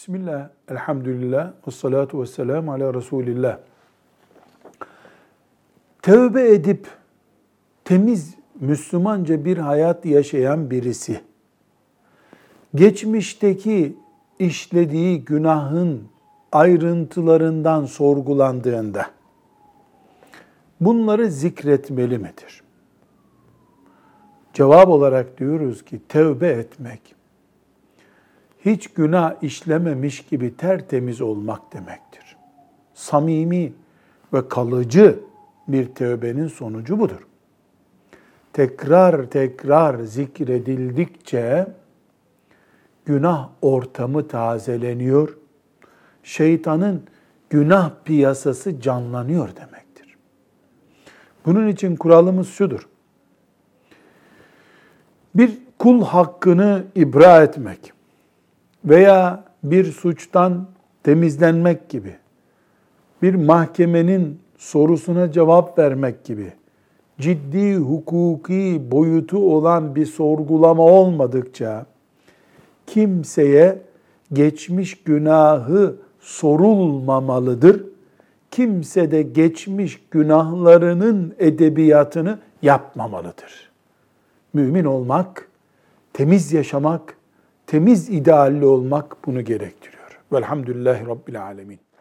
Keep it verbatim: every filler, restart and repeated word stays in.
Bismillah, elhamdülillah, ve salatu ve selamu ala Resulillah. Tövbe edip temiz, Müslümanca bir hayat yaşayan birisi, geçmişteki işlediği günahın ayrıntılarından sorgulandığında, bunları zikretmeli midir? Cevap olarak diyoruz ki, tövbe etmek, hiç günah işlememiş gibi tertemiz olmak demektir. Samimi ve kalıcı bir tövbenin sonucu budur. Tekrar tekrar zikredildikçe günah ortamı tazeleniyor, şeytanın günah piyasası canlanıyor demektir. Bunun için kuralımız şudur: bir kul hakkını ibra etmek veya bir suçtan temizlenmek gibi, bir mahkemenin sorusuna cevap vermek gibi ciddi hukuki boyutu olan bir sorgulama olmadıkça kimseye geçmiş günahı sorulmamalıdır. Kimse de geçmiş günahlarının edebiyatını yapmamalıdır. Mümin olmak, temiz yaşamak, temiz idealli olmak bunu gerektiriyor. Velhamdülillahi Rabbil alemin.